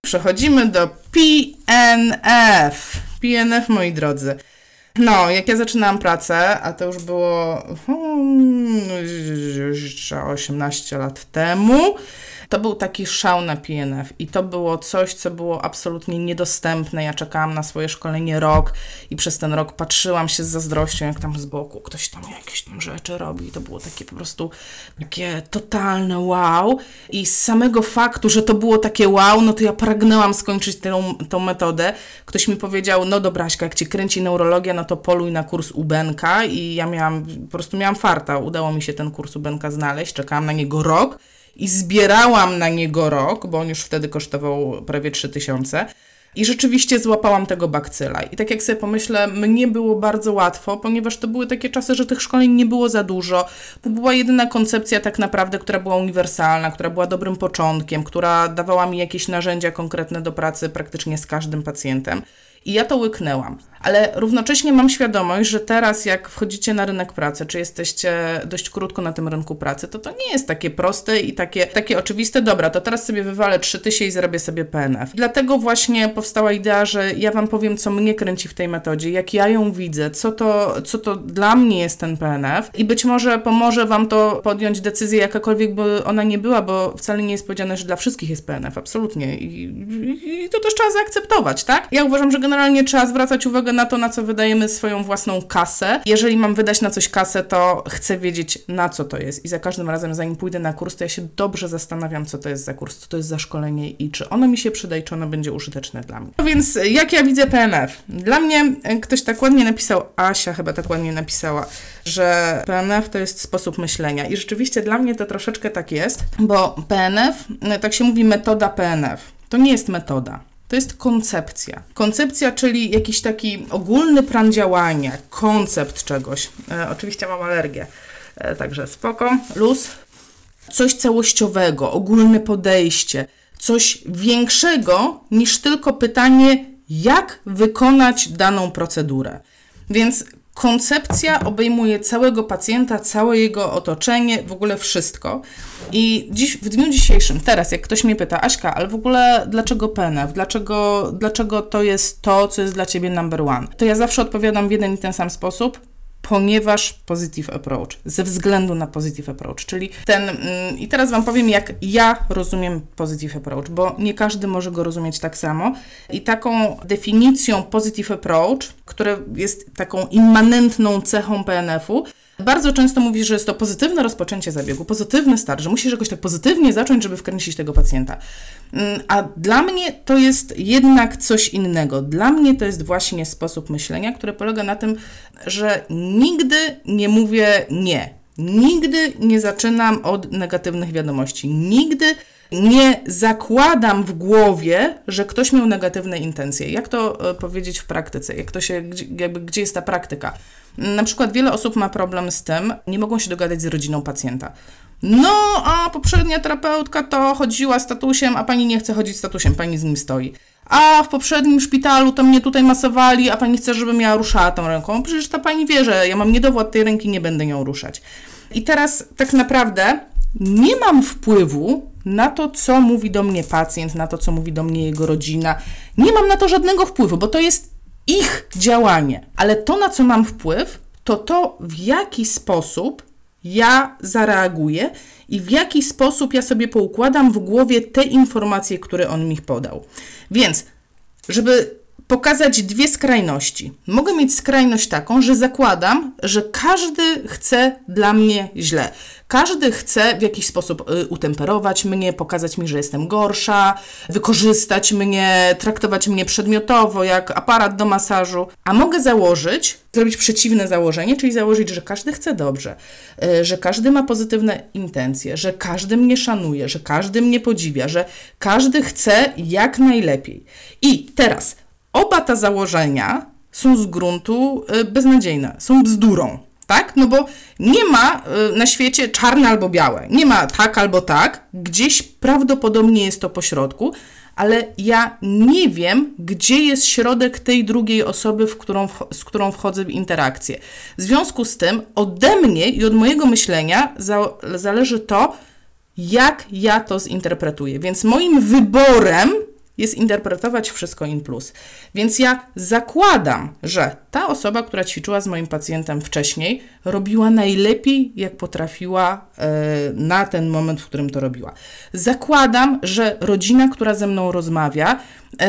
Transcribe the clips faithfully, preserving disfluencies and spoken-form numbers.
przechodzimy do P N F. P N F, moi drodzy. No, jak ja zaczynałam pracę, a to już było hmm, osiemnaście lat temu, to był taki szał na P N F i to było coś, co było absolutnie niedostępne. Ja czekałam na swoje szkolenie rok i przez ten rok patrzyłam się z zazdrością, jak tam z boku ktoś tam jakieś tam rzeczy robi. I to było takie po prostu takie totalne wow. I z samego faktu, że to było takie wow, no to ja pragnęłam skończyć tę, tą metodę. Ktoś mi powiedział, no dobra, Aśka, jak Cię kręci neurologia, no to poluj na kurs U Benka i ja miałam, po prostu miałam farta. Udało mi się ten kurs U Benka znaleźć, czekałam na niego rok. I zbierałam na niego rok, bo on już wtedy kosztował prawie trzy tysiące. I rzeczywiście złapałam tego bakcyla. I tak jak sobie pomyślę, mnie było bardzo łatwo, ponieważ to były takie czasy, że tych szkoleń nie było za dużo. To była jedyna koncepcja tak naprawdę, która była uniwersalna, która była dobrym początkiem, która dawała mi jakieś narzędzia konkretne do pracy praktycznie z każdym pacjentem. I ja to łyknęłam. Ale równocześnie mam świadomość, że teraz jak wchodzicie na rynek pracy, czy jesteście dość krótko na tym rynku pracy, to to nie jest takie proste i takie, takie oczywiste. Dobra, to teraz sobie wywalę trzy tysiące i zrobię sobie P N F. Dlatego właśnie powstała idea, że ja Wam powiem, co mnie kręci w tej metodzie, jak ja ją widzę, co to, co to dla mnie jest ten P N F i być może pomoże Wam to podjąć decyzję, jakakolwiek by ona nie była, bo wcale nie jest powiedziane, że dla wszystkich jest P N F, absolutnie. I, i, i to też trzeba zaakceptować, tak? Ja uważam, że generalnie trzeba zwracać uwagę na to, na co wydajemy swoją własną kasę. Jeżeli mam wydać na coś kasę, to chcę wiedzieć, na co to jest. I za każdym razem, zanim pójdę na kurs, to ja się dobrze zastanawiam, co to jest za kurs, co to jest za szkolenie i czy ono mi się przyda i czy ono będzie użyteczne dla mnie. No więc jak ja widzę P N F? Dla mnie ktoś tak ładnie napisał, Asia chyba tak ładnie napisała, że P N F to jest sposób myślenia. I rzeczywiście dla mnie to troszeczkę tak jest, bo P N F, tak się mówi metoda P N F. To nie jest metoda. To jest koncepcja. Koncepcja, czyli jakiś taki ogólny plan działania, koncept czegoś. E, oczywiście mam alergię, e, także spoko, luz. Coś całościowego, ogólne podejście, coś większego niż tylko pytanie, jak wykonać daną procedurę. Więc koncepcja obejmuje całego pacjenta, całe jego otoczenie, w ogóle wszystko. I dziś, w dniu dzisiejszym, teraz jak ktoś mnie pyta, Aśka, ale w ogóle dlaczego P N F? Dlaczego, dlaczego to jest to, co jest dla Ciebie number one? To ja zawsze odpowiadam w jeden i ten sam sposób, ponieważ positive approach, ze względu na positive approach, czyli ten, i teraz Wam powiem, jak ja rozumiem positive approach, bo nie każdy może go rozumieć tak samo i taką definicją positive approach, która jest taką immanentną cechą P N F-u, bardzo często mówi, że jest to pozytywne rozpoczęcie zabiegu, pozytywny start, że musisz jakoś tak pozytywnie zacząć, żeby wkręcić tego pacjenta. A dla mnie to jest jednak coś innego. Dla mnie to jest właśnie sposób myślenia, który polega na tym, że nigdy nie mówię nie. Nigdy nie zaczynam od negatywnych wiadomości. Nigdy nie zakładam w głowie, że ktoś miał negatywne intencje. Jak to powiedzieć w praktyce? Jak to się, jakby, gdzie jest ta praktyka? Na przykład wiele osób ma problem z tym, nie mogą się dogadać z rodziną pacjenta. No, a poprzednia terapeutka to chodziła z tatusiem, a pani nie chce chodzić z tatusiem, pani z nim stoi. A w poprzednim szpitalu to mnie tutaj masowali, a pani chce, żebym ja ruszała tą ręką. Przecież ta pani wie, że ja mam niedowład tej ręki, nie będę nią ruszać. I teraz tak naprawdę nie mam wpływu na to, co mówi do mnie pacjent, na to, co mówi do mnie jego rodzina. Nie mam na to żadnego wpływu, bo to jest ich działanie. Ale to, na co mam wpływ, to to, w jaki sposób ja zareaguję i w jaki sposób ja sobie poukładam w głowie te informacje, które on mi podał. Więc, żeby pokazać dwie skrajności. Mogę mieć skrajność taką, że zakładam, że każdy chce dla mnie źle. Każdy chce w jakiś sposób y, utemperować mnie, pokazać mi, że jestem gorsza, wykorzystać mnie, traktować mnie przedmiotowo, jak aparat do masażu. A mogę założyć, zrobić przeciwne założenie, czyli założyć, że każdy chce dobrze, y, że każdy ma pozytywne intencje, że każdy mnie szanuje, że każdy mnie podziwia, że każdy chce jak najlepiej. I teraz oba te założenia są z gruntu y, beznadziejne, są bzdurą. Tak? No bo nie ma y, na świecie czarne albo białe. Nie ma tak albo tak. Gdzieś prawdopodobnie jest to pośrodku, ale ja nie wiem, gdzie jest środek tej drugiej osoby, w którą, z którą wchodzę w interakcję. W związku z tym ode mnie i od mojego myślenia za, zależy to, jak ja to zinterpretuję. Więc moim wyborem jest interpretować wszystko in plus. Więc ja zakładam, że ta osoba, która ćwiczyła z moim pacjentem wcześniej, robiła najlepiej, jak potrafiła yy, na ten moment, w którym to robiła. Zakładam, że rodzina, która ze mną rozmawia, yy,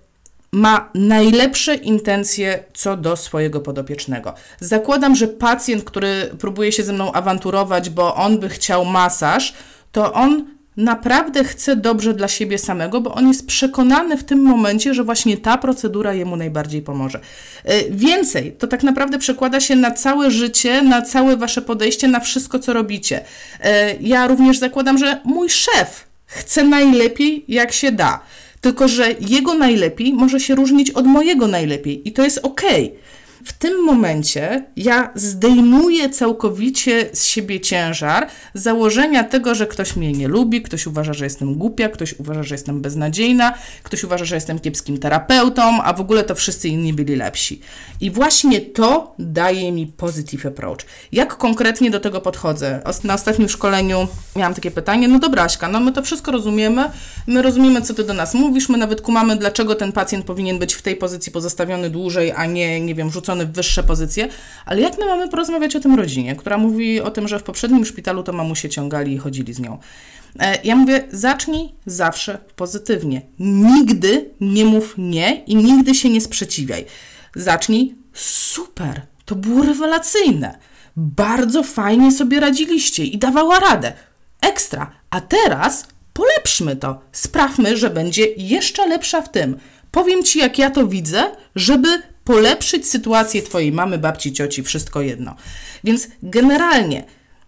ma najlepsze intencje co do swojego podopiecznego. Zakładam, że pacjent, który próbuje się ze mną awanturować, bo on by chciał masaż, to on naprawdę chce dobrze dla siebie samego, bo on jest przekonany w tym momencie, że właśnie ta procedura jemu najbardziej pomoże. Więcej, to tak naprawdę przekłada się na całe życie, na całe wasze podejście, na wszystko, co robicie. Ja również zakładam, że mój szef chce najlepiej, jak się da. Tylko że jego najlepiej może się różnić od mojego najlepiej i to jest okej. W tym momencie ja zdejmuję całkowicie z siebie ciężar założenia tego, że ktoś mnie nie lubi, ktoś uważa, że jestem głupia, ktoś uważa, że jestem beznadziejna, ktoś uważa, że jestem kiepskim terapeutą, a w ogóle to wszyscy inni byli lepsi. I właśnie to daje mi positive approach. Jak konkretnie do tego podchodzę? Na ostatnim szkoleniu miałam takie pytanie, no dobra Aśka, no my to wszystko rozumiemy, my rozumiemy, co ty do nas mówisz, my nawet kumamy, dlaczego ten pacjent powinien być w tej pozycji pozostawiony dłużej, a nie, nie wiem, rzucony w wyższe pozycje, ale jak my mamy porozmawiać o tym rodzinie, która mówi o tym, że w poprzednim szpitalu to mamusie ciągali i chodzili z nią. Ja mówię, zacznij zawsze pozytywnie. Nigdy nie mów nie i nigdy się nie sprzeciwiaj. Zacznij, super, to było rewelacyjne. Bardzo fajnie sobie radziliście i dawała radę. Ekstra. A teraz polepszmy to. Sprawmy, że będzie jeszcze lepsza w tym. Powiem Ci, jak ja to widzę, żeby polepszyć sytuację Twojej mamy, babci, cioci, wszystko jedno. Więc generalnie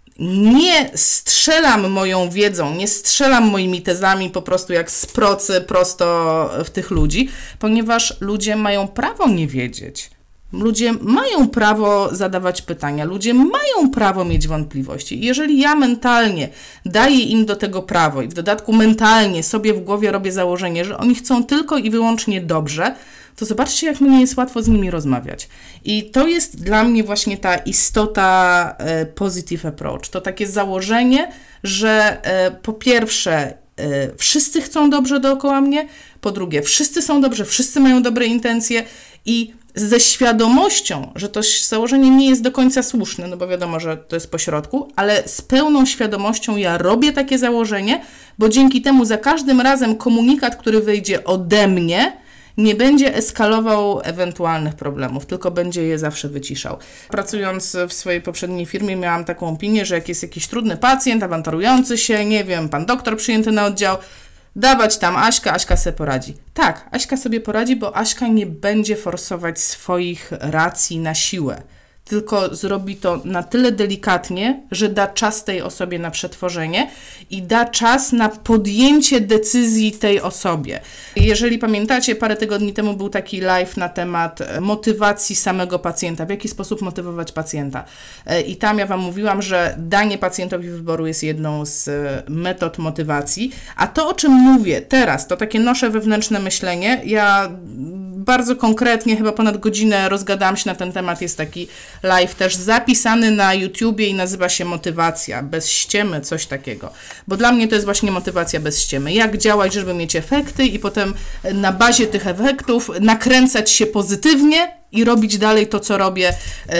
nie strzelam moją wiedzą, nie strzelam moimi tezami po prostu jak z procy prosto w tych ludzi, ponieważ ludzie mają prawo nie wiedzieć. Ludzie mają prawo zadawać pytania, ludzie mają prawo mieć wątpliwości. I jeżeli ja mentalnie daję im do tego prawo i w dodatku mentalnie sobie w głowie robię założenie, że oni chcą tylko i wyłącznie dobrze, to zobaczcie, jak mnie jest łatwo z nimi rozmawiać. I to jest dla mnie właśnie ta istota e, positive approach. To takie założenie, że e, po pierwsze e, wszyscy chcą dobrze dookoła mnie, po drugie wszyscy są dobrze, wszyscy mają dobre intencje i ze świadomością, że to założenie nie jest do końca słuszne, no bo wiadomo, że to jest pośrodku, ale z pełną świadomością ja robię takie założenie, bo dzięki temu za każdym razem komunikat, który wyjdzie ode mnie, nie będzie eskalował ewentualnych problemów, tylko będzie je zawsze wyciszał. Pracując w swojej poprzedniej firmie miałam taką opinię, że jak jest jakiś trudny pacjent, awanturujący się, nie wiem, pan doktor przyjęty na oddział, dawać tam Aśka, Aśka sobie poradzi. Tak, Aśka sobie poradzi, bo Aśka nie będzie forsować swoich racji na siłę, tylko zrobi to na tyle delikatnie, że da czas tej osobie na przetworzenie i da czas na podjęcie decyzji tej osobie. Jeżeli pamiętacie, parę tygodni temu był taki live na temat motywacji samego pacjenta, w jaki sposób motywować pacjenta. I tam ja Wam mówiłam, że danie pacjentowi wyboru jest jedną z metod motywacji, a to, o czym mówię teraz, to takie noszę wewnętrzne myślenie. Ja bardzo konkretnie, chyba ponad godzinę rozgadałam się na ten temat, jest taki live też zapisany na YouTubie i nazywa się Motywacja bez ściemy, coś takiego. Bo dla mnie to jest właśnie motywacja bez ściemy. Jak działać, żeby mieć efekty i potem na bazie tych efektów nakręcać się pozytywnie i robić dalej to, co robię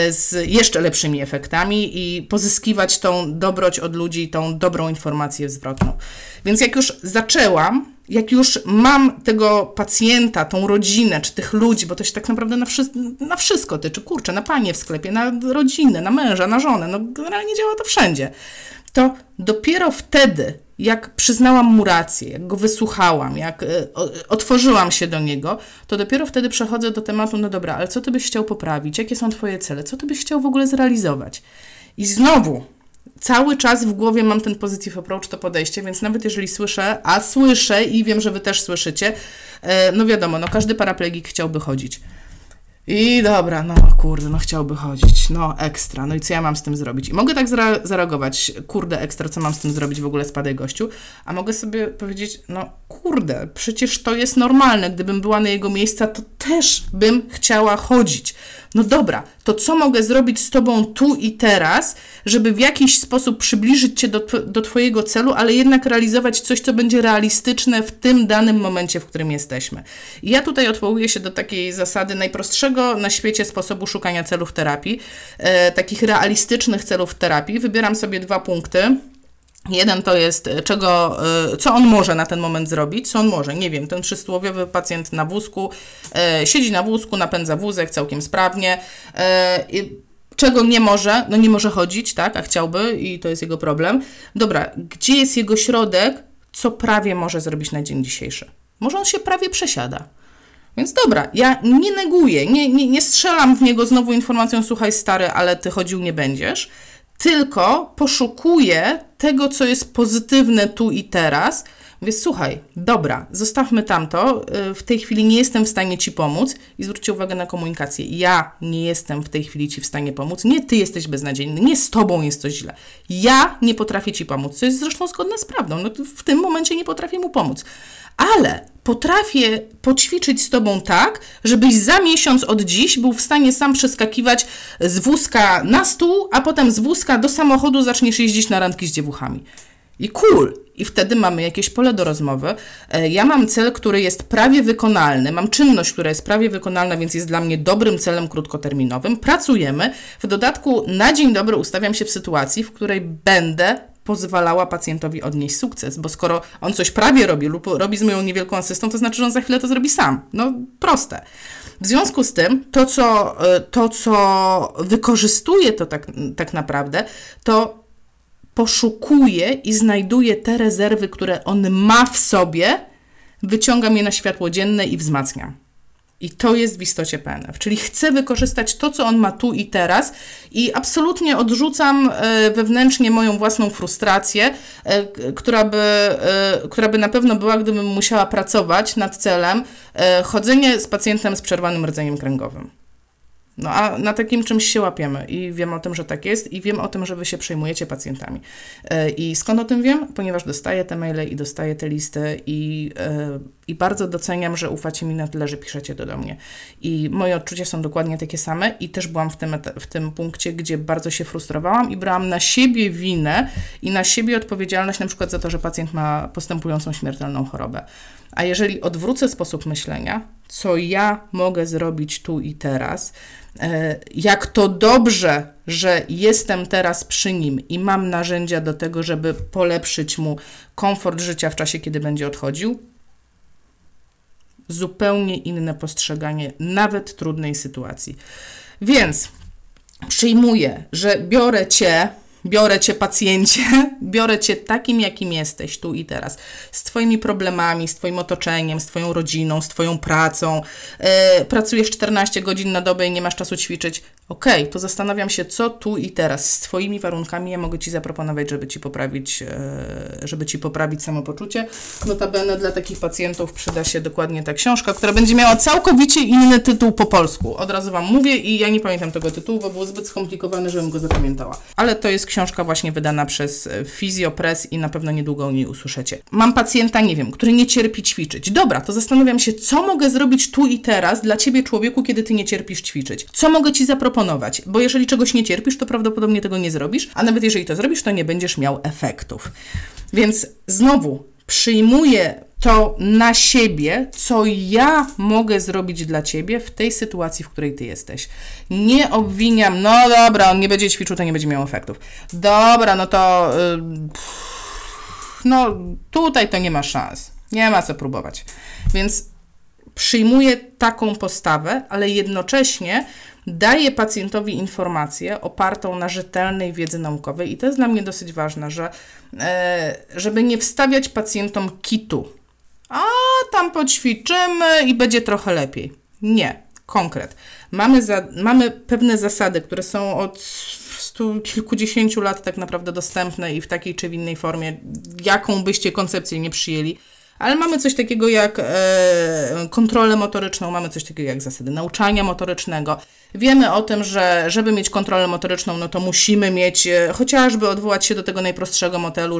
z jeszcze lepszymi efektami i pozyskiwać tą dobroć od ludzi, tą dobrą informację zwrotną. Więc jak już zaczęłam, jak już mam tego pacjenta, tą rodzinę, czy tych ludzi, bo to się tak naprawdę na, wszy- na wszystko tyczy, kurczę, na panie w sklepie, na rodzinę, na męża, na żonę, no generalnie działa to wszędzie, to dopiero wtedy, jak przyznałam mu rację, jak go wysłuchałam, jak y, o, otworzyłam się do niego, to dopiero wtedy przechodzę do tematu, no dobra, ale co ty byś chciał poprawić, jakie są twoje cele, co ty byś chciał w ogóle zrealizować. I znowu, cały czas w głowie mam ten positive approach, to podejście, więc nawet jeżeli słyszę, a słyszę i wiem, że wy też słyszycie, no wiadomo, no każdy paraplegik chciałby chodzić. I dobra, no kurde, no chciałby chodzić, no ekstra, no i co ja mam z tym zrobić? I mogę tak zare- zareagować, kurde ekstra, co mam z tym zrobić, w ogóle spadaj gościu, a mogę sobie powiedzieć, no kurde, przecież to jest normalne, gdybym była na jego miejsca, to też bym chciała chodzić. No dobra, to co mogę zrobić z Tobą tu i teraz, żeby w jakiś sposób przybliżyć Cię do, do Twojego celu, ale jednak realizować coś, co będzie realistyczne w tym danym momencie, w którym jesteśmy. I ja tutaj odwołuję się do takiej zasady najprostszego na świecie sposobu szukania celów terapii, e, takich realistycznych celów terapii. Wybieram sobie dwa punkty. Jeden to jest, czego, co on może na ten moment zrobić, co on może, nie wiem, ten przysłowiowy pacjent na wózku, e, siedzi na wózku, napędza wózek całkiem sprawnie, e, czego nie może, no nie może chodzić, tak, a chciałby i to jest jego problem. Dobra, gdzie jest jego środek, co prawie może zrobić na dzień dzisiejszy? Może on się prawie przesiada. Więc dobra, ja nie neguję, nie, nie, nie strzelam w niego znowu informacją, słuchaj stary, ale ty chodził nie będziesz, tylko poszukuję tego, co jest pozytywne tu i teraz. Mówię, słuchaj, dobra, zostawmy tamto, w tej chwili nie jestem w stanie Ci pomóc i zwróćcie uwagę na komunikację. Ja nie jestem w tej chwili Ci w stanie pomóc, nie Ty jesteś beznadziejny, nie z Tobą jest coś źle. Ja nie potrafię Ci pomóc, co jest zresztą zgodne z prawdą. No, w tym momencie nie potrafię mu pomóc. Ale potrafię poćwiczyć z Tobą tak, żebyś za miesiąc od dziś był w stanie sam przeskakiwać z wózka na stół, a potem z wózka do samochodu zaczniesz jeździć na randki z dziewuchami. I cool. I wtedy mamy jakieś pole do rozmowy. Ja mam cel, który jest prawie wykonalny, mam czynność, która jest prawie wykonalna, więc jest dla mnie dobrym celem krótkoterminowym. Pracujemy. W dodatku na dzień dobry ustawiam się w sytuacji, w której będę pozwalała pacjentowi odnieść sukces, bo skoro on coś prawie robi lub robi z moją niewielką asystą, to znaczy, że on za chwilę to zrobi sam. No proste. W związku z tym, to co, to, co wykorzystuje to tak, tak naprawdę, to poszukuje i znajduje te rezerwy, które on ma w sobie, wyciągam je na światło dzienne i wzmacniam. I to jest w istocie P N F, czyli chcę wykorzystać to, co on ma tu i teraz i absolutnie odrzucam wewnętrznie moją własną frustrację, która by, która by na pewno była, gdybym musiała pracować nad celem chodzenie z pacjentem z przerwanym rdzeniem kręgowym. No a na takim czymś się łapiemy i wiem o tym, że tak jest i wiem o tym, że Wy się przejmujecie pacjentami. I skąd o tym wiem? Ponieważ dostaję te maile i dostaję te listy i, i bardzo doceniam, że ufacie mi na tyle, że piszecie to do mnie. I moje odczucia są dokładnie takie same i też byłam w tym, w tym punkcie, gdzie bardzo się frustrowałam i brałam na siebie winę i na siebie odpowiedzialność na przykład za to, że pacjent ma postępującą śmiertelną chorobę. A jeżeli odwrócę sposób myślenia, co ja mogę zrobić tu i teraz, jak to dobrze, że jestem teraz przy nim i mam narzędzia do tego, żeby polepszyć mu komfort życia w czasie, kiedy będzie odchodził, zupełnie inne postrzeganie nawet trudnej sytuacji. Więc przyjmuję, że biorę Cię, biorę Cię pacjencie, biorę Cię takim, jakim jesteś tu i teraz, z Twoimi problemami, z Twoim otoczeniem, z Twoją rodziną, z Twoją pracą, yy, pracujesz czternaście godzin na dobę i nie masz czasu ćwiczyć. Okej, okay, to zastanawiam się, co tu i teraz z Twoimi warunkami ja mogę Ci zaproponować, żeby Ci poprawić, yy, żeby Ci poprawić samopoczucie. Notabene dla takich pacjentów przyda się dokładnie ta książka, która będzie miała całkowicie inny tytuł po polsku. Od razu Wam mówię i ja nie pamiętam tego tytułu, bo był zbyt skomplikowany, żebym go zapamiętała. Ale to jest książka właśnie wydana przez Fizjopress i na pewno niedługo o niej usłyszycie. Mam pacjenta, nie wiem, który nie cierpi ćwiczyć. Dobra, to zastanawiam się, co mogę zrobić tu i teraz dla Ciebie, człowieku, kiedy Ty nie cierpisz ćwiczyć. Co mogę Ci zaproponować? Bo jeżeli czegoś nie cierpisz, to prawdopodobnie tego nie zrobisz, a nawet jeżeli to zrobisz, to nie będziesz miał efektów. Więc znowu przyjmuję to na siebie, co ja mogę zrobić dla Ciebie w tej sytuacji, w której Ty jesteś. Nie obwiniam, no dobra, on nie będzie ćwiczył, to nie będzie miał efektów. Dobra, no to yy, no tutaj to nie ma szans. Nie ma co próbować. Więc przyjmuję taką postawę, ale jednocześnie daję pacjentowi informację opartą na rzetelnej wiedzy naukowej i to jest dla mnie dosyć ważne, że e, żeby nie wstawiać pacjentom kitu. A tam poćwiczymy i będzie trochę lepiej. Nie, konkret. Mamy, za, mamy pewne zasady, które są od stu kilkudziesięciu lat tak naprawdę dostępne i w takiej czy w innej formie, jaką byście koncepcję nie przyjęli. Ale mamy coś takiego jak e, kontrolę motoryczną, mamy coś takiego jak zasady nauczania motorycznego. Wiemy o tym, że żeby mieć kontrolę motoryczną, no to musimy mieć, e, chociażby odwołać się do tego najprostszego modelu, że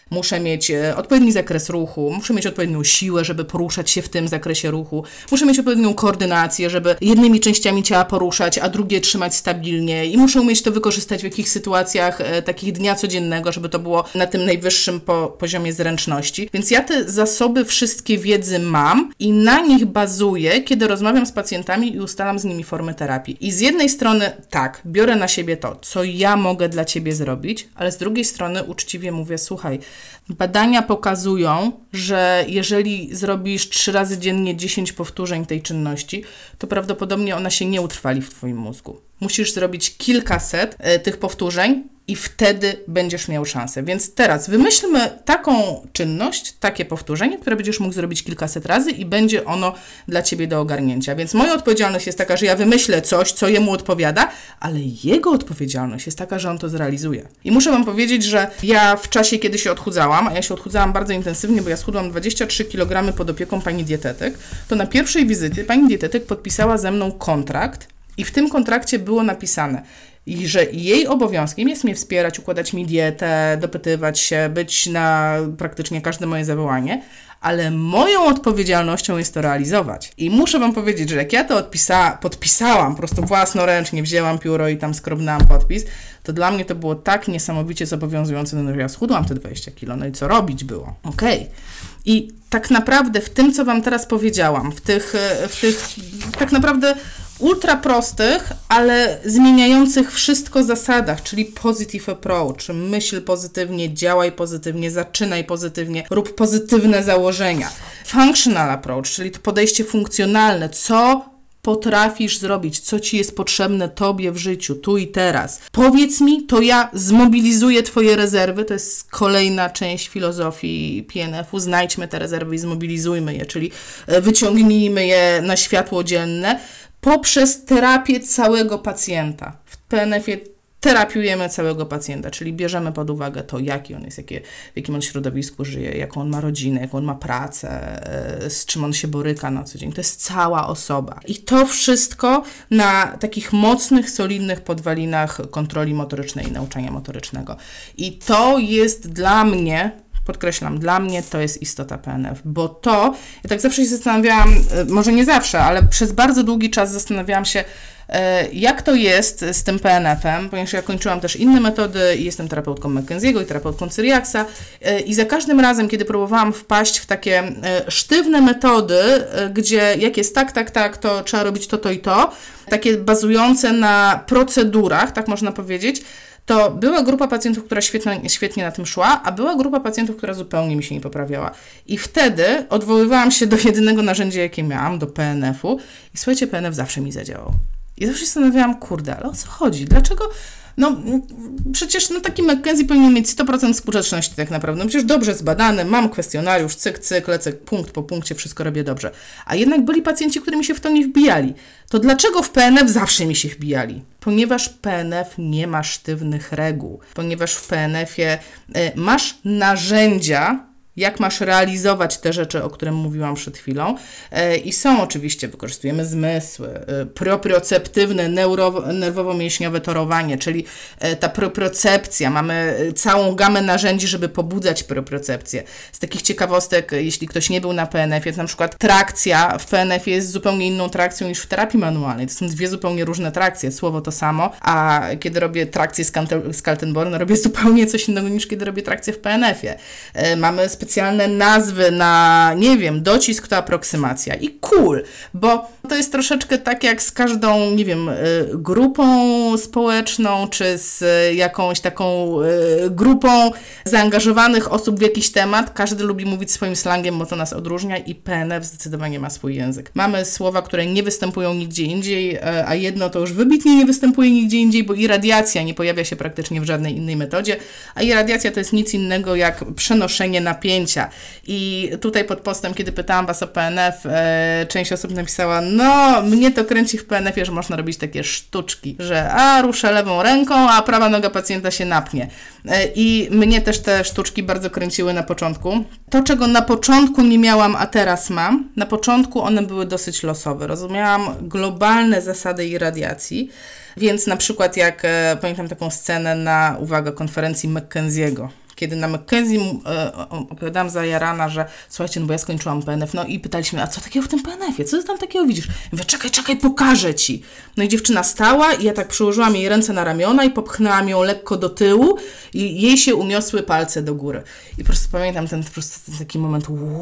muszę mieć odpowiedni zakres ruchu, muszę mieć odpowiednią siłę, żeby poruszać się w tym zakresie ruchu, muszę mieć odpowiednią koordynację, żeby jednymi częściami ciała poruszać, a drugie trzymać stabilnie i muszę umieć to wykorzystać w jakichś sytuacjach e, takich dnia codziennego, żeby to było na tym najwyższym po, poziomie zręczności. Więc ja te zasoby wszystkie wiedzy mam i na nich bazuję, kiedy rozmawiam z pacjentami i ustalam z nimi formy terapii. I z jednej strony tak, biorę na siebie to, co ja mogę dla ciebie zrobić, ale z drugiej strony uczciwie mówię, słuchaj, badania pokazują, że jeżeli zrobisz trzy razy dziennie dziesięć powtórzeń tej czynności, to prawdopodobnie ona się nie utrwali w twoim mózgu. Musisz zrobić kilkaset e, tych powtórzeń i wtedy będziesz miał szansę. Więc teraz wymyślmy taką czynność, takie powtórzenie, które będziesz mógł zrobić kilkaset razy i będzie ono dla ciebie do ogarnięcia. Więc moja odpowiedzialność jest taka, że ja wymyślę coś, co jemu odpowiada, ale jego odpowiedzialność jest taka, że on to zrealizuje. I muszę wam powiedzieć, że ja w czasie, kiedy się odchudzałam, a ja się odchudzałam bardzo intensywnie, bo ja schudłam dwadzieścia trzy kilogramy pod opieką pani dietetyk, to na pierwszej wizycie pani dietetyk podpisała ze mną kontrakt i w tym kontrakcie było napisane, i że jej obowiązkiem jest mnie wspierać, układać mi dietę, dopytywać się, być na praktycznie każde moje zawołanie, ale moją odpowiedzialnością jest to realizować. I muszę wam powiedzieć, że jak ja to odpisa- podpisałam, po prostu własnoręcznie wzięłam pióro i tam skrobnęłam podpis, to dla mnie to było tak niesamowicie zobowiązujące, no, że ja schudłam te dwadzieścia kilo, no i co robić było? Okej. Okay. I tak naprawdę w tym, co wam teraz powiedziałam, w tych, w tych tak naprawdę ultra prostych, ale zmieniających wszystko zasadach, czyli positive approach, myśl pozytywnie, działaj pozytywnie, zaczynaj pozytywnie, rób pozytywne założenia. Functional approach, czyli to podejście funkcjonalne, co potrafisz zrobić, co ci jest potrzebne tobie w życiu, tu i teraz. Powiedz mi, to ja zmobilizuję twoje rezerwy, to jest kolejna część filozofii P N F u, znajdźmy te rezerwy i zmobilizujmy je, czyli wyciągnijmy je na światło dzienne, poprzez terapię całego pacjenta. W P N F ie terapiujemy całego pacjenta, czyli bierzemy pod uwagę to, jaki on jest, jakie, w jakim on środowisku żyje, jaką on ma rodzinę, jaką on ma pracę, z czym on się boryka na co dzień. To jest cała osoba. I to wszystko na takich mocnych, solidnych podwalinach kontroli motorycznej i nauczania motorycznego. I to jest dla mnie, podkreślam, dla mnie to jest istota P N F, bo to, ja tak zawsze się zastanawiałam, może nie zawsze, ale przez bardzo długi czas zastanawiałam się, jak to jest z tym P N F em, ponieważ ja kończyłam też inne metody i jestem terapeutką McKenzie'ego i terapeutką Cyriaksa i za każdym razem, kiedy próbowałam wpaść w takie sztywne metody, gdzie jak jest tak, tak, tak, to trzeba robić to, to i to, takie bazujące na procedurach, tak można powiedzieć, to była grupa pacjentów, która świetnie, świetnie na tym szła, a była grupa pacjentów, która zupełnie mi się nie poprawiała. I wtedy odwoływałam się do jedynego narzędzia, jakie miałam, do P N F u i słuchajcie, P N F zawsze mi zadziałał. I zawsze się zastanawiałam, kurde, ale o co chodzi? Dlaczego? No przecież no, taki McKenzie powinien mieć sto procent skuteczności tak naprawdę. No przecież dobrze zbadany, mam kwestionariusz, cyk, cyk, lecę punkt po punkcie, wszystko robię dobrze. A jednak byli pacjenci, którzy mi się w to nie wbijali. To dlaczego w P N F zawsze mi się wbijali? Ponieważ P N F nie ma sztywnych reguł. Ponieważ w P N F ie y, masz narzędzia, jak masz realizować te rzeczy, o których mówiłam przed chwilą. I są oczywiście, wykorzystujemy zmysły, proprioceptywne, neuro, nerwowo-mięśniowe torowanie, czyli ta propriocepcja. Mamy całą gamę narzędzi, żeby pobudzać propriocepcję. Z takich ciekawostek, jeśli ktoś nie był na P N F ie, to na przykład trakcja w P N F ie jest zupełnie inną trakcją niż w terapii manualnej. To są dwie zupełnie różne trakcje. Słowo to samo, a kiedy robię trakcję z Kaltenborn, robię zupełnie coś innego niż kiedy robię trakcję w P N F ie. Mamy specjalne nazwy na, nie wiem, docisk to aproksymacja i cool, bo to jest troszeczkę tak jak z każdą, nie wiem, grupą społeczną, czy z jakąś taką grupą zaangażowanych osób w jakiś temat. Każdy lubi mówić swoim slangiem, bo to nas odróżnia i P N F zdecydowanie ma swój język. Mamy słowa, które nie występują nigdzie indziej, a jedno to już wybitnie nie występuje nigdzie indziej, bo irradiacja nie pojawia się praktycznie w żadnej innej metodzie, a irradiacja to jest nic innego jak przenoszenie napięcia. I tutaj pod postem, kiedy pytałam Was o P N F, e, część osób napisała, no mnie to kręci w P N F ie, że można robić takie sztuczki, że a ruszę lewą ręką, a prawa noga pacjenta się napnie. E, I mnie też te sztuczki bardzo kręciły na początku. To, czego na początku nie miałam, a teraz mam, na początku one były dosyć losowe. Rozumiałam globalne zasady irradiacji, więc na przykład jak e, pamiętam taką scenę na, uwaga, konferencji McKenzie'ego, kiedy na McKenzie e, opowiadałam za Jarana, że słuchajcie, no bo ja skończyłam P N F, no i pytaliśmy, a co takiego w tym P N F-ie? Co ty tam takiego widzisz? Ja mówię, czekaj, czekaj, pokażę ci. No i dziewczyna stała i ja tak przyłożyłam jej ręce na ramiona i popchnęłam ją lekko do tyłu i jej się uniosły palce do góry. I po prostu pamiętam ten, po prostu ten taki moment,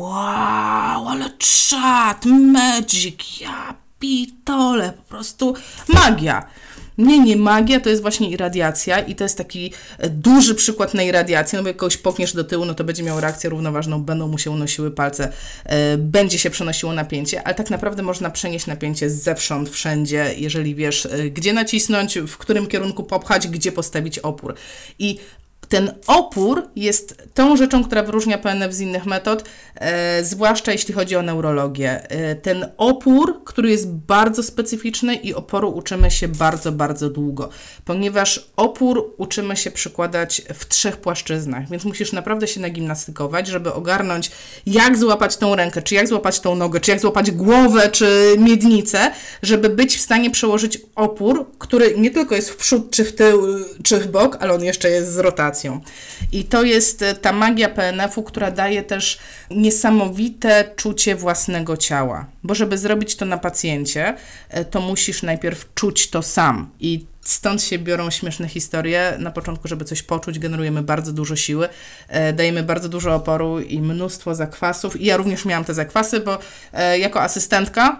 wow, ale czad, magic, ja pitole, po prostu magia. Nie, nie magia, to jest właśnie irradiacja i to jest taki duży przykład na irradiację, no bo jak kogoś popniesz do tyłu, no to będzie miał reakcję równoważną, będą mu się unosiły palce, e, będzie się przenosiło napięcie, ale tak naprawdę można przenieść napięcie zewsząd, wszędzie, jeżeli wiesz, e, gdzie nacisnąć, w którym kierunku popchać, gdzie postawić opór. I ten opór jest tą rzeczą, która wyróżnia P N F z innych metod, e, zwłaszcza jeśli chodzi o neurologię. E, ten opór, który jest bardzo specyficzny i oporu uczymy się bardzo, bardzo długo, ponieważ opór uczymy się przykładać w trzech płaszczyznach, więc musisz naprawdę się nagimnastykować, żeby ogarnąć, jak złapać tą rękę, czy jak złapać tą nogę, czy jak złapać głowę, czy miednicę, żeby być w stanie przełożyć opór, który nie tylko jest w przód, czy w tył, czy w bok, ale on jeszcze jest z rotacją. I to jest ta magia P N F-u, która daje też niesamowite czucie własnego ciała. Bo żeby zrobić to na pacjencie, to musisz najpierw czuć to sam. I stąd się biorą śmieszne historie. Na początku, żeby coś poczuć, generujemy bardzo dużo siły, dajemy bardzo dużo oporu i mnóstwo zakwasów. I ja również miałam te zakwasy, bo jako asystentka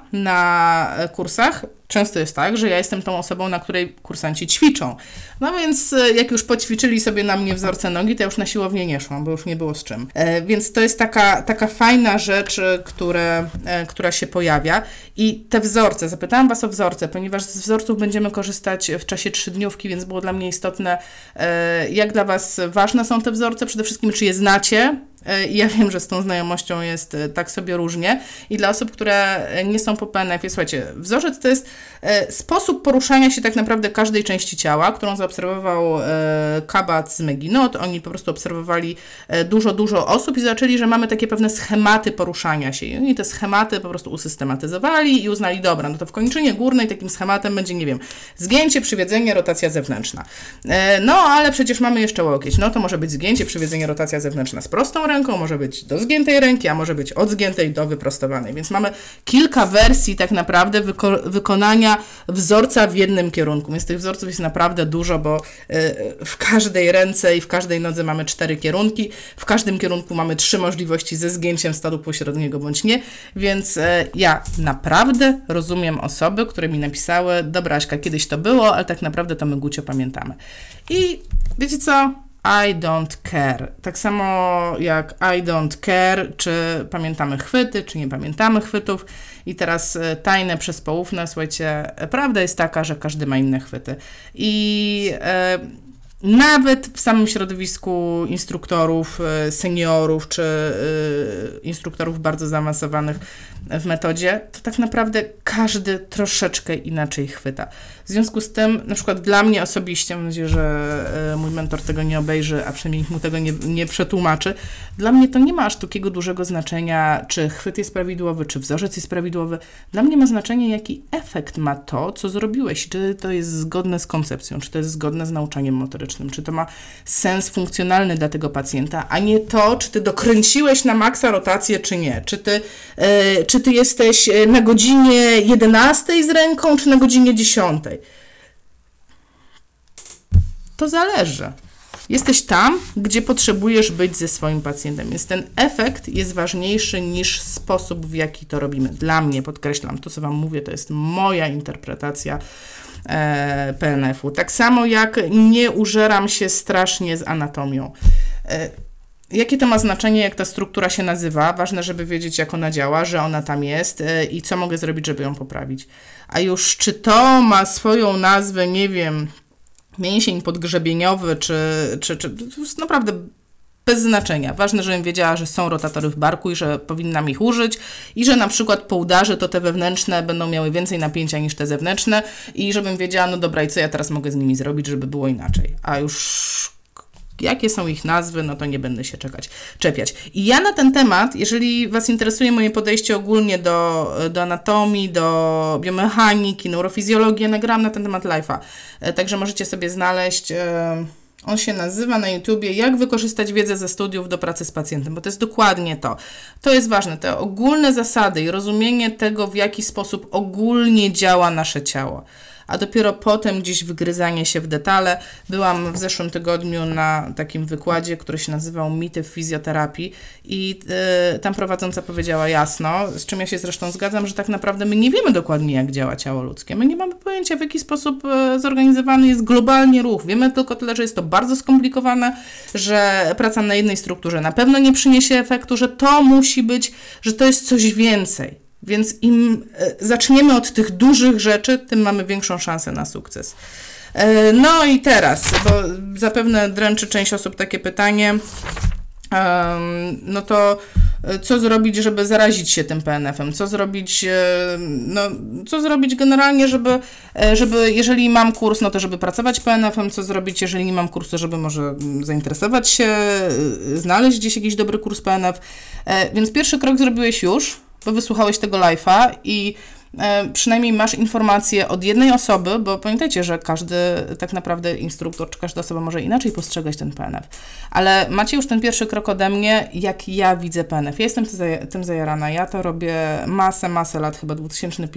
na kursach często jest tak, że ja jestem tą osobą, na której kursanci ćwiczą. No więc jak już poćwiczyli sobie na mnie wzorce nogi, to ja już na siłownię nie szłam, bo już nie było z czym. E, więc to jest taka, taka fajna rzecz, które, e, która się pojawia. I te wzorce, zapytałam Was o wzorce, ponieważ z wzorców będziemy korzystać w czasie trzydniówki, więc było dla mnie istotne, e, jak dla Was ważne są te wzorce, przede wszystkim czy je znacie. Ja wiem, że z tą znajomością jest tak sobie różnie i dla osób, które nie są po P N F-ie, słuchajcie, wzorzec to jest sposób poruszania się tak naprawdę każdej części ciała, którą zaobserwował Kabat z Meginot. Oni po prostu obserwowali dużo, dużo osób i zobaczyli, że mamy takie pewne schematy poruszania się. I oni te schematy po prostu usystematyzowali i uznali, dobra, no to w kończynie górnej takim schematem będzie, nie wiem, zgięcie, przywiedzenie, rotacja zewnętrzna. No, ale przecież mamy jeszcze łokieć. No to może być zgięcie, przywiedzenie, rotacja zewnętrzna z prostą ręką, może być do zgiętej ręki, a może być od zgiętej do wyprostowanej. Więc mamy kilka wersji tak naprawdę wyko- wykonania wzorca w jednym kierunku. Więc tych wzorców jest naprawdę dużo, bo y, w każdej ręce i w każdej nodze mamy cztery kierunki. W każdym kierunku mamy trzy możliwości ze zgięciem stadu pośredniego bądź nie. Więc y, ja naprawdę rozumiem osoby, które mi napisały, dobra Aśka, kiedyś to było, ale tak naprawdę to my Gucio pamiętamy. I wiecie co? I don't care. Tak samo jak I don't care, czy pamiętamy chwyty, czy nie pamiętamy chwytów. I teraz tajne przez poufne, słuchajcie, prawda jest taka, że każdy ma inne chwyty. I e, nawet w samym środowisku instruktorów, seniorów, czy e, instruktorów bardzo zaawansowanych w metodzie, to tak naprawdę każdy troszeczkę inaczej chwyta. W związku z tym, na przykład dla mnie osobiście, mam nadzieję, że mój mentor tego nie obejrzy, a przynajmniej mu tego nie, nie przetłumaczy, dla mnie to nie ma aż takiego dużego znaczenia, czy chwyt jest prawidłowy, czy wzorzec jest prawidłowy. Dla mnie ma znaczenie, jaki efekt ma to, co zrobiłeś, czy to jest zgodne z koncepcją, czy to jest zgodne z nauczaniem motorycznym, czy to ma sens funkcjonalny dla tego pacjenta, a nie to, czy ty dokręciłeś na maksa rotację, czy nie, czy ty, yy, czy ty jesteś na godzinie jedenastej z ręką, czy na godzinie dziesiątej. To zależy. Jesteś tam, gdzie potrzebujesz być ze swoim pacjentem. Więc ten efekt jest ważniejszy niż sposób, w jaki to robimy. Dla mnie, podkreślam, to co Wam mówię, to jest moja interpretacja e, P N F-u. Tak samo jak nie użeram się strasznie z anatomią. E, Jakie to ma znaczenie, jak ta struktura się nazywa? Ważne, żeby wiedzieć, jak ona działa, że ona tam jest yy, i co mogę zrobić, żeby ją poprawić. A już czy to ma swoją nazwę, nie wiem, mięsień podgrzebieniowy, czy, czy, czy to jest naprawdę bez znaczenia. Ważne, żebym wiedziała, że są rotatory w barku i że powinnam ich użyć i że na przykład po udarze to te wewnętrzne będą miały więcej napięcia niż te zewnętrzne i żebym wiedziała, no dobra, i co ja teraz mogę z nimi zrobić, żeby było inaczej. A już jakie są ich nazwy, no to nie będę się czekać, czepiać. I ja na ten temat, jeżeli Was interesuje moje podejście ogólnie do, do anatomii, do biomechaniki, neurofizjologii, nagrałam na ten temat live'a. Także możecie sobie znaleźć. On się nazywa na YouTubie Jak wykorzystać wiedzę ze studiów do pracy z pacjentem, bo to jest dokładnie to. To jest ważne, te ogólne zasady i rozumienie tego, w jaki sposób ogólnie działa nasze ciało. A dopiero potem gdzieś wgryzanie się w detale. Byłam w zeszłym tygodniu na takim wykładzie, który się nazywał Mity w fizjoterapii i yy, tam prowadząca powiedziała jasno, z czym ja się zresztą zgadzam, że tak naprawdę my nie wiemy dokładnie, jak działa ciało ludzkie. My nie mamy pojęcia, w jaki sposób yy, zorganizowany jest globalnie ruch. Wiemy tylko tyle, że jest to bardzo skomplikowane, że praca na jednej strukturze na pewno nie przyniesie efektu, że to musi być, że to jest coś więcej. Więc im zaczniemy od tych dużych rzeczy, tym mamy większą szansę na sukces. No i teraz, bo zapewne dręczy część osób takie pytanie, no to co zrobić, żeby zarazić się tym P N F-em? Co zrobić, no, co zrobić generalnie, żeby, żeby jeżeli mam kurs, no to żeby pracować P N F-em, co zrobić, jeżeli nie mam kursu, żeby może zainteresować się, znaleźć gdzieś jakiś dobry kurs P N F. Więc pierwszy krok zrobiłeś już, bo wysłuchałeś tego live'a i e, przynajmniej masz informację od jednej osoby, bo pamiętajcie, że każdy tak naprawdę instruktor, czy każda osoba może inaczej postrzegać ten P N F. Ale macie już ten pierwszy krok ode mnie, jak ja widzę P N F. Ja jestem tym zajarana, ja to robię masę, masę lat, chyba dwa tysiące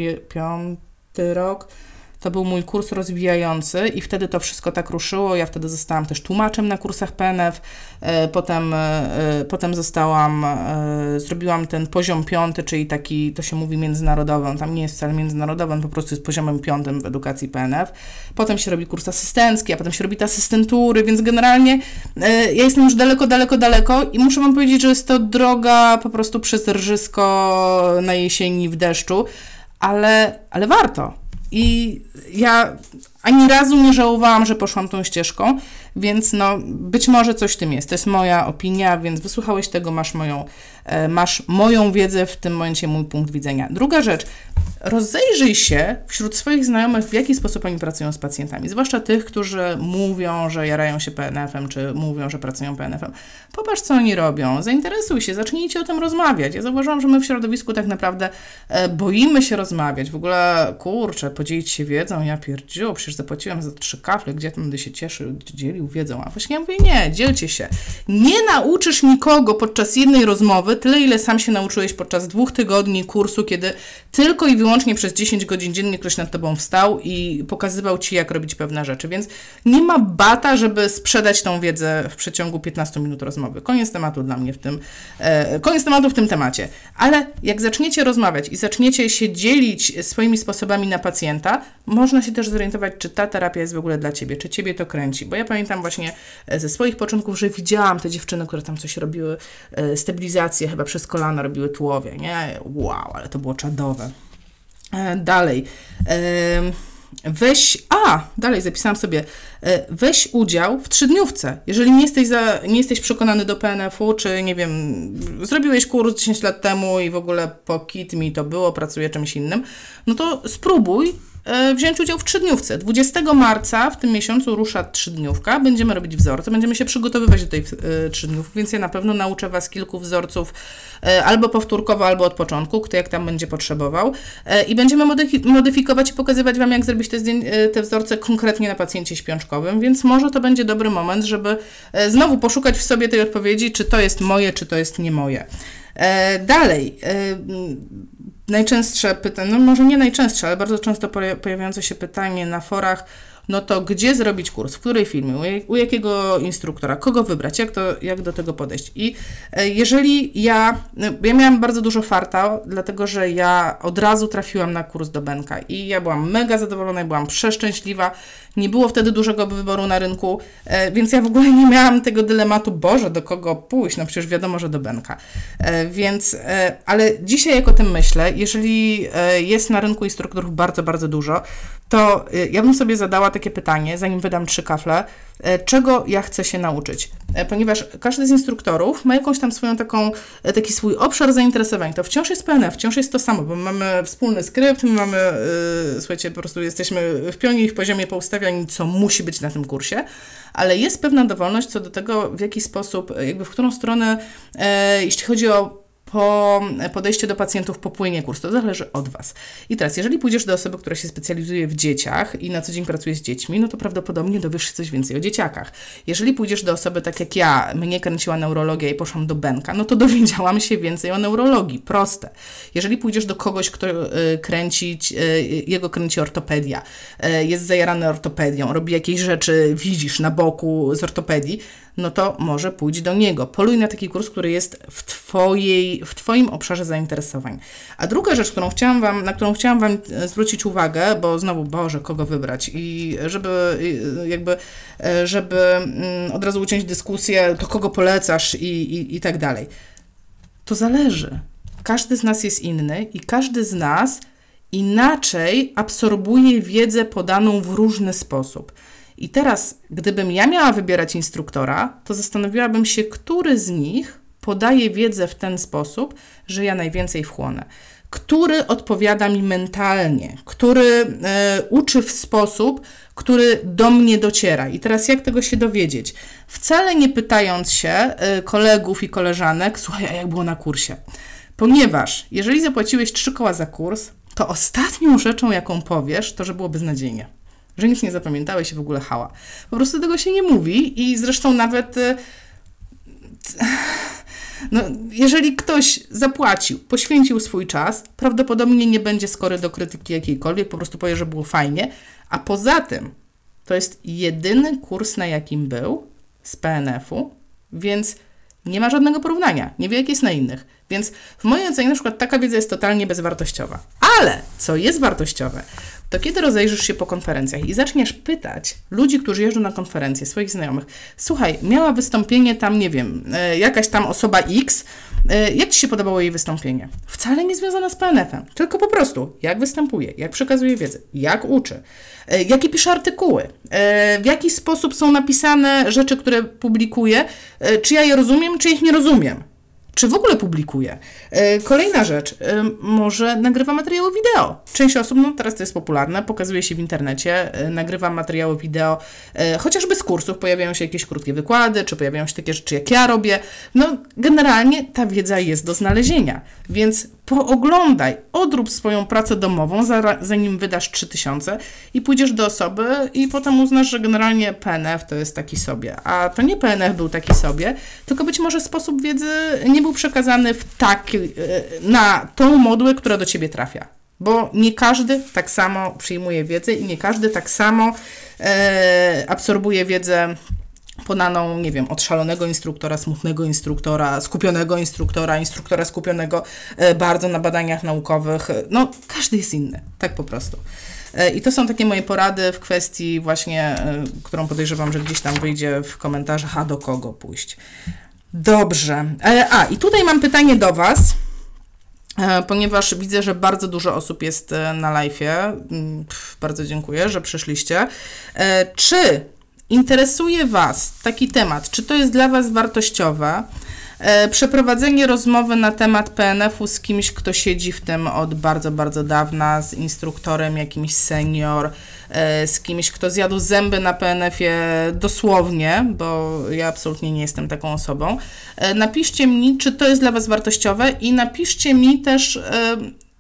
piąty rok. To był mój kurs rozwijający i wtedy to wszystko tak ruszyło. Ja wtedy zostałam też tłumaczem na kursach P N F. Potem, potem zostałam, zrobiłam ten poziom piąty, czyli taki, to się mówi międzynarodowy. On tam nie jest wcale międzynarodowy, on po prostu jest poziomem piątym w edukacji P N F. Potem się robi kurs asystencki, a potem się robi te asystentury, więc generalnie ja jestem już daleko, daleko, daleko i muszę wam powiedzieć, że jest to droga po prostu przez rżysko na jesieni w deszczu, ale, ale warto. I ja ani razu nie żałowałam, że poszłam tą ścieżką, więc no być może coś w tym jest. To jest moja opinia, więc wysłuchałeś tego, masz moją, e, masz moją wiedzę, w tym momencie mój punkt widzenia. Druga rzecz, rozejrzyj się wśród swoich znajomych, w jaki sposób oni pracują z pacjentami, zwłaszcza tych, którzy mówią, że jarają się P N F-em, czy mówią, że pracują P N F-em. Popatrz, co oni robią, zainteresuj się, zacznijcie o tym rozmawiać. Ja zauważyłam, że my w środowisku tak naprawdę e, boimy się rozmawiać. W ogóle, kurczę, podzielić się wiedzą, ja pierdziu, przecież zapłaciłam za trzy kafle, gdzie tam będę się cieszył, dzielił wiedzą. A właśnie ja mówię, nie, dzielcie się. Nie nauczysz nikogo podczas jednej rozmowy tyle, ile sam się nauczyłeś podczas dwóch tygodni kursu, kiedy tylko i wyłącznie przez dziesięć godzin dziennie ktoś nad tobą wstał i pokazywał ci, jak robić pewne rzeczy. Więc nie ma bata, żeby sprzedać tą wiedzę w przeciągu piętnastu minut rozmowy. Koniec tematu dla mnie w tym, e, koniec tematu w tym temacie. Ale jak zaczniecie rozmawiać i zaczniecie się dzielić swoimi sposobami na pacjenta, można się też zorientować, czy ta terapia jest w ogóle dla ciebie, czy ciebie to kręci. Bo ja pamiętam właśnie ze swoich początków, że widziałam te dziewczyny, które tam coś robiły, e, stabilizację chyba przez kolana, robiły tułowie, nie? Wow, ale to było czadowe. E, dalej. E, weź, a, dalej zapisałam sobie, e, weź udział w trzydniówce. Jeżeli nie jesteś, za, nie jesteś przekonany do P N F-u, czy nie wiem, zrobiłeś kurs dziesięć lat temu i w ogóle po kit mi to było, pracuję czymś innym, no to spróbuj wziąć udział w trzydniówce. dwudziestego marca w tym miesiącu rusza trzydniówka. Będziemy robić wzorce, będziemy się przygotowywać do tej y, trzydniówki, więc ja na pewno nauczę Was kilku wzorców y, albo powtórkowo, albo od początku, kto jak tam będzie potrzebował. Y, I będziemy modyfi- modyfikować i pokazywać Wam, jak zrobić te, y, te wzorce konkretnie na pacjencie śpiączkowym, więc może to będzie dobry moment, żeby y, znowu poszukać w sobie tej odpowiedzi, czy to jest moje, czy to jest nie moje. Y, dalej. Y, Najczęstsze pytanie, no może nie najczęstsze, ale bardzo często pojawiające się pytanie na forach, no to gdzie zrobić kurs, w której firmie, u jakiego instruktora, kogo wybrać, jak, to, jak do tego podejść. I jeżeli ja, ja miałam bardzo dużo farta, dlatego że ja od razu trafiłam na kurs do Benka i ja byłam mega zadowolona, byłam przeszczęśliwa, nie było wtedy dużego wyboru na rynku, więc ja w ogóle nie miałam tego dylematu, Boże, do kogo pójść, no przecież wiadomo, że do Benka. Więc, ale dzisiaj jak o tym myślę, jeżeli jest na rynku instruktorów bardzo, bardzo dużo, to ja bym sobie zadała takie pytanie, zanim wydam trzy kafle, czego ja chcę się nauczyć. Ponieważ każdy z instruktorów ma jakąś tam swoją taką, taki swój obszar zainteresowań. To wciąż jest P N F, wciąż jest to samo, bo mamy wspólny skrypt, my mamy, yy, słuchajcie, po prostu jesteśmy w pionie i w poziomie poustawiani, co musi być na tym kursie, ale jest pewna dowolność co do tego, w jaki sposób, jakby w którą stronę, yy, jeśli chodzi o po podejście do pacjentów popłynie kurs. To zależy od Was. I teraz, jeżeli pójdziesz do osoby, która się specjalizuje w dzieciach i na co dzień pracuje z dziećmi, no to prawdopodobnie dowiesz się coś więcej o dzieciakach. Jeżeli pójdziesz do osoby, tak jak ja, mnie kręciła neurologia i poszłam do Benka, no to dowiedziałam się więcej o neurologii. Proste. Jeżeli pójdziesz do kogoś, kto y, kręcić, y, jego kręci ortopedia, y, jest zajarany ortopedią, robi jakieś rzeczy, widzisz na boku z ortopedii, no to może pójdź do niego. Poluj na taki kurs, który jest w, twojej, w Twoim obszarze zainteresowań. A druga rzecz, którą chciałam wam, na którą chciałam Wam zwrócić uwagę, bo znowu, Boże, kogo wybrać i żeby jakby, żeby od razu uciąć dyskusję, to kogo polecasz i, i, i tak dalej. To zależy. Każdy z nas jest inny i każdy z nas inaczej absorbuje wiedzę podaną w różny sposób. I teraz, gdybym ja miała wybierać instruktora, to zastanowiłabym się, który z nich podaje wiedzę w ten sposób, że ja najwięcej wchłonę. Który odpowiada mi mentalnie, który e, uczy w sposób, który do mnie dociera. I teraz jak tego się dowiedzieć? Wcale nie pytając się e, kolegów i koleżanek, słuchaj, a jak było na kursie? Ponieważ jeżeli zapłaciłeś trzy koła za kurs, to ostatnią rzeczą, jaką powiesz, to że było beznadziejnie. Że nic nie zapamiętałeś i w ogóle hała. Po prostu tego się nie mówi i zresztą nawet no, jeżeli ktoś zapłacił, poświęcił swój czas, prawdopodobnie nie będzie skory do krytyki jakiejkolwiek, po prostu powie, że było fajnie, a poza tym to jest jedyny kurs, na jakim był z P N F-u, więc nie ma żadnego porównania, nie wie jak jest na innych. Więc w mojej ocenie na przykład taka wiedza jest totalnie bezwartościowa. Ale co jest wartościowe, to kiedy rozejrzysz się po konferencjach i zaczniesz pytać ludzi, którzy jeżdżą na konferencje, swoich znajomych, słuchaj, miała wystąpienie tam, nie wiem, jakaś tam osoba X, jak Ci się podobało jej wystąpienie? Wcale nie związane z P N F-em, tylko po prostu jak występuje, jak przekazuje wiedzę, jak uczy, jakie pisze artykuły, w jaki sposób są napisane rzeczy, które publikuje, czy ja je rozumiem, czy ich nie rozumiem. Czy w ogóle publikuje? Kolejna rzecz, może nagrywa materiały wideo. Część osób, no teraz to jest popularne, pokazuje się w internecie, nagrywa materiały wideo, chociażby z kursów, pojawiają się jakieś krótkie wykłady, czy pojawiają się takie rzeczy, jak ja robię. No generalnie ta wiedza jest do znalezienia, więc pooglądaj, odrób swoją pracę domową, zanim wydasz trzy tysiące i pójdziesz do osoby i potem uznasz, że generalnie P N F to jest taki sobie. A to nie P N F był taki sobie, tylko być może sposób wiedzy nie był przekazany w taki, na tą modłę, która do Ciebie trafia. Bo nie każdy tak samo przyjmuje wiedzę i nie każdy tak samo e, absorbuje wiedzę podaną, nie wiem, od szalonego instruktora, smutnego instruktora, skupionego instruktora, instruktora skupionego e, bardzo na badaniach naukowych. No, każdy jest inny, tak po prostu. E, I to są takie moje porady w kwestii właśnie, e, którą podejrzewam, że gdzieś tam wyjdzie w komentarzach, a do kogo pójść. Dobrze. E, a, i tutaj mam pytanie do Was, e, ponieważ widzę, że bardzo dużo osób jest na live'ie. Pff, bardzo dziękuję, że przyszliście. E, czy interesuje Was taki temat, czy to jest dla Was wartościowe, e, przeprowadzenie rozmowy na temat P N F-u z kimś, kto siedzi w tym od bardzo, bardzo dawna, z instruktorem jakimś senior, e, z kimś, kto zjadł zęby na P N F-ie dosłownie, bo ja absolutnie nie jestem taką osobą. E, napiszcie mi, czy to jest dla Was wartościowe i napiszcie mi też, e,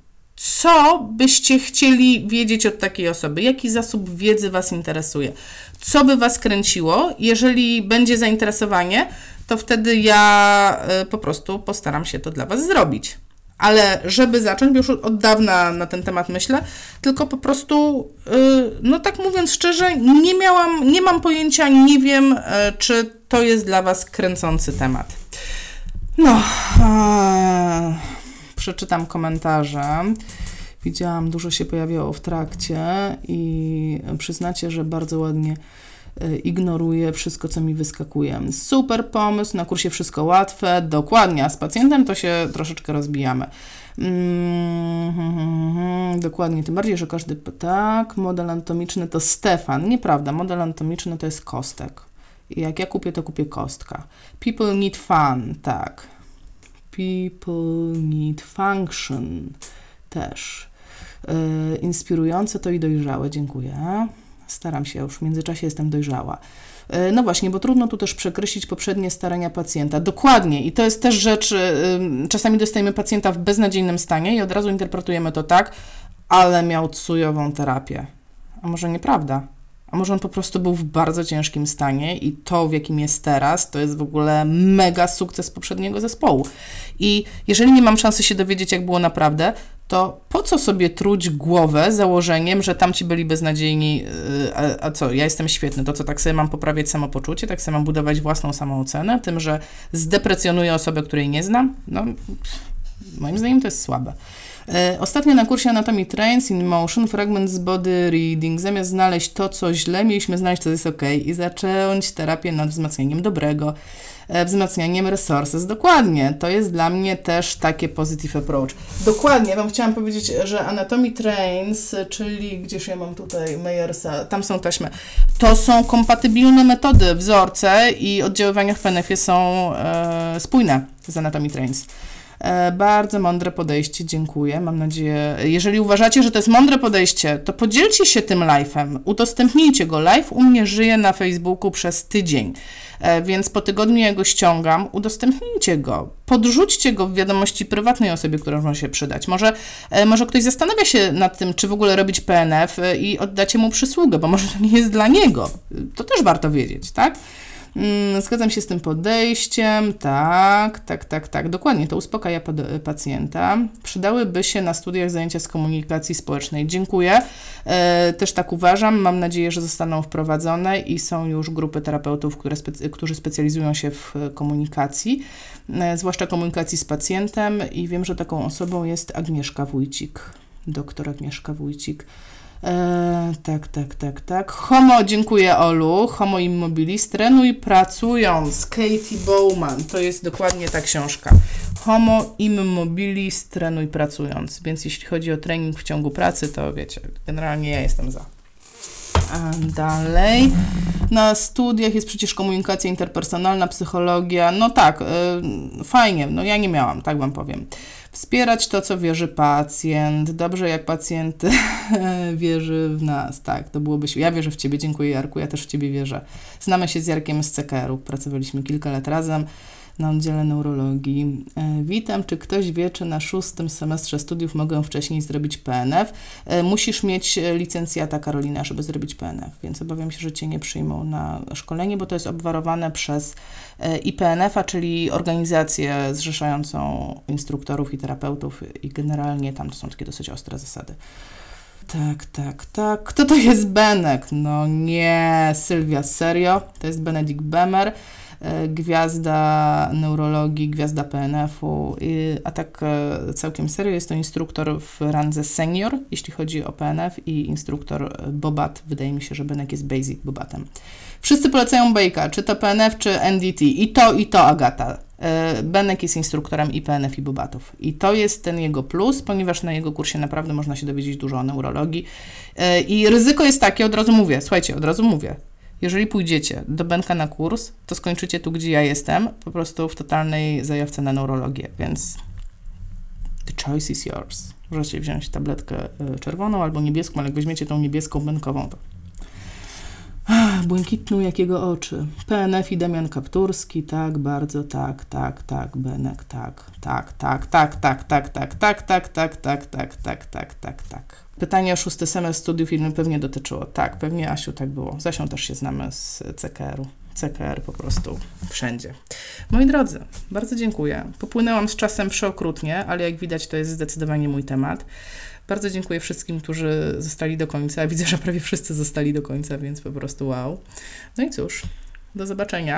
co byście chcieli wiedzieć od takiej osoby, jaki zasób wiedzy Was interesuje, co by Was kręciło. Jeżeli będzie zainteresowanie, to wtedy ja y, po prostu postaram się to dla Was zrobić. Ale żeby zacząć, bo już od dawna na ten temat myślę, tylko po prostu, y, no tak mówiąc szczerze, nie miałam, nie mam pojęcia, nie wiem, y, czy to jest dla Was kręcący temat. No, a... przeczytam komentarze. Widziałam, dużo się pojawiało w trakcie i przyznacie, że bardzo ładnie ignoruję wszystko, co mi wyskakuje. Super pomysł, na kursie wszystko łatwe, dokładnie, a z pacjentem to się troszeczkę rozbijamy. Mm-hmm, dokładnie, tym bardziej, że każdy, tak, model anatomiczny to Stefan. Nieprawda, model anatomiczny to jest kostek. I jak ja kupię, to kupię kostka. People need fun, tak. People need function też. Yy, inspirujące to i dojrzałe, dziękuję. Staram się, już w międzyczasie jestem dojrzała. No właśnie, bo trudno tu też przekreślić poprzednie starania pacjenta. Dokładnie. I to jest też rzecz, czasami dostajemy pacjenta w beznadziejnym stanie i od razu interpretujemy to tak, ale miał cujową terapię. A może nieprawda? A może on po prostu był w bardzo ciężkim stanie i to, w jakim jest teraz, to jest w ogóle mega sukces poprzedniego zespołu. I jeżeli nie mam szansy się dowiedzieć, jak było naprawdę, to po co sobie truć głowę założeniem, że tamci byli beznadziejni, a, a co, ja jestem świetny, to co, tak sobie mam poprawiać samopoczucie, tak sobie mam budować własną samoocenę, tym, że zdeprecjonuję osobę, której nie znam? No, moim zdaniem to jest słabe. Ostatnio na kursie Anatomy Trains in Motion Fragments Body Reading, zamiast znaleźć to, co źle, mieliśmy znaleźć, co jest ok i zacząć terapię nad wzmacnianiem dobrego, wzmacnianiem resources. Dokładnie, to jest dla mnie też takie positive approach. Dokładnie, wam chciałam powiedzieć, że Anatomy Trains, czyli gdzież ja mam tutaj Meyersa, tam są taśmy, to są kompatybilne metody, wzorce i oddziaływania w P N F-ie są e, spójne z Anatomy Trains. E, bardzo mądre podejście, dziękuję, mam nadzieję. Jeżeli uważacie, że to jest mądre podejście, to podzielcie się tym live'em, udostępnijcie go. Live u mnie żyje na Facebooku przez tydzień, e, więc po tygodniu ja go ściągam, udostępnijcie go, podrzućcie go w wiadomości prywatnej osobie, która może się przydać. Może, e, może ktoś zastanawia się nad tym, czy w ogóle robić P N F e, i oddacie mu przysługę, bo może to nie jest dla niego. To też warto wiedzieć, tak? Zgadzam się z tym podejściem, tak, tak, tak, tak, dokładnie, to uspokaja pacjenta. Przydałyby się na studiach zajęcia z komunikacji społecznej. Dziękuję, e, też tak uważam, mam nadzieję, że zostaną wprowadzone i są już grupy terapeutów, które specy- którzy specjalizują się w komunikacji, e, zwłaszcza komunikacji z pacjentem i wiem, że taką osobą jest Agnieszka Wójcik, doktor Agnieszka Wójcik. E, tak, tak, tak, tak. Homo, dziękuję Olu. Homo immobilis, trenuj pracując. Katie Bowman, to jest dokładnie ta książka. Homo immobilis, trenuj pracując. Więc jeśli chodzi o trening w ciągu pracy, to wiecie, generalnie ja jestem za. A dalej. Na studiach jest przecież komunikacja interpersonalna, psychologia. No tak, y, fajnie, no ja nie miałam, tak wam powiem. Wspierać to, co wierzy pacjent. Dobrze, jak pacjent wierzy w nas. Tak, to byłoby się. Ja wierzę w Ciebie, dziękuję Jarku, ja też w Ciebie wierzę. Znamy się z Jarkiem z C K R u, pracowaliśmy kilka lat razem na oddziale neurologii. E, witam, czy ktoś wie, czy na szóstym semestrze studiów mogę wcześniej zrobić P N F? E, musisz mieć licencjata, Karolina, żeby zrobić P N F, więc obawiam się, że Cię nie przyjmą na szkolenie, bo to jest obwarowane przez e, I P N F-a, czyli organizację zrzeszającą instruktorów i terapeutów i generalnie tam to są takie dosyć ostre zasady. Tak, tak, tak. Kto to jest Benek? No nie, Sylwia, serio? To jest Benedikt Bemer. Gwiazda neurologii, gwiazda P N F u, a tak całkiem serio jest to instruktor w randze senior, jeśli chodzi o P N F i instruktor Bobat. Wydaje mi się, że Benek jest basic Bobatem. Wszyscy polecają Bejka, czy to P N F, czy N D T. I to, i to, Agata. Benek jest instruktorem i P N F i Bobatów. I to jest ten jego plus, ponieważ na jego kursie naprawdę można się dowiedzieć dużo o neurologii. I ryzyko jest takie, od razu mówię, słuchajcie, od razu mówię, jeżeli pójdziecie do Benka na kurs, to skończycie tu, gdzie ja jestem, po prostu w totalnej zajawce na neurologię, więc the choice is yours. Możecie wziąć tabletkę czerwoną albo niebieską, ale jak weźmiecie tą niebieską benkową, to Ach, błękitną jakiego oczy. P N F i Damian Kapturski, tak, bardzo, tak, tak, tak, Benek, tak, tak, tak, tak, tak, tak, tak, tak, tak, tak, tak, tak, tak, tak, tak, tak. Pytanie o szósty semestr studiów innym pewnie dotyczyło. Tak, pewnie Asiu tak było. Z Asią też się znamy z C K R u. C K R po prostu wszędzie. Moi drodzy, bardzo dziękuję. Popłynęłam z czasem przeokrutnie, ale jak widać to jest zdecydowanie mój temat. Bardzo dziękuję wszystkim, którzy zostali do końca. Widzę, że prawie wszyscy zostali do końca, więc po prostu wow. No i cóż, do zobaczenia.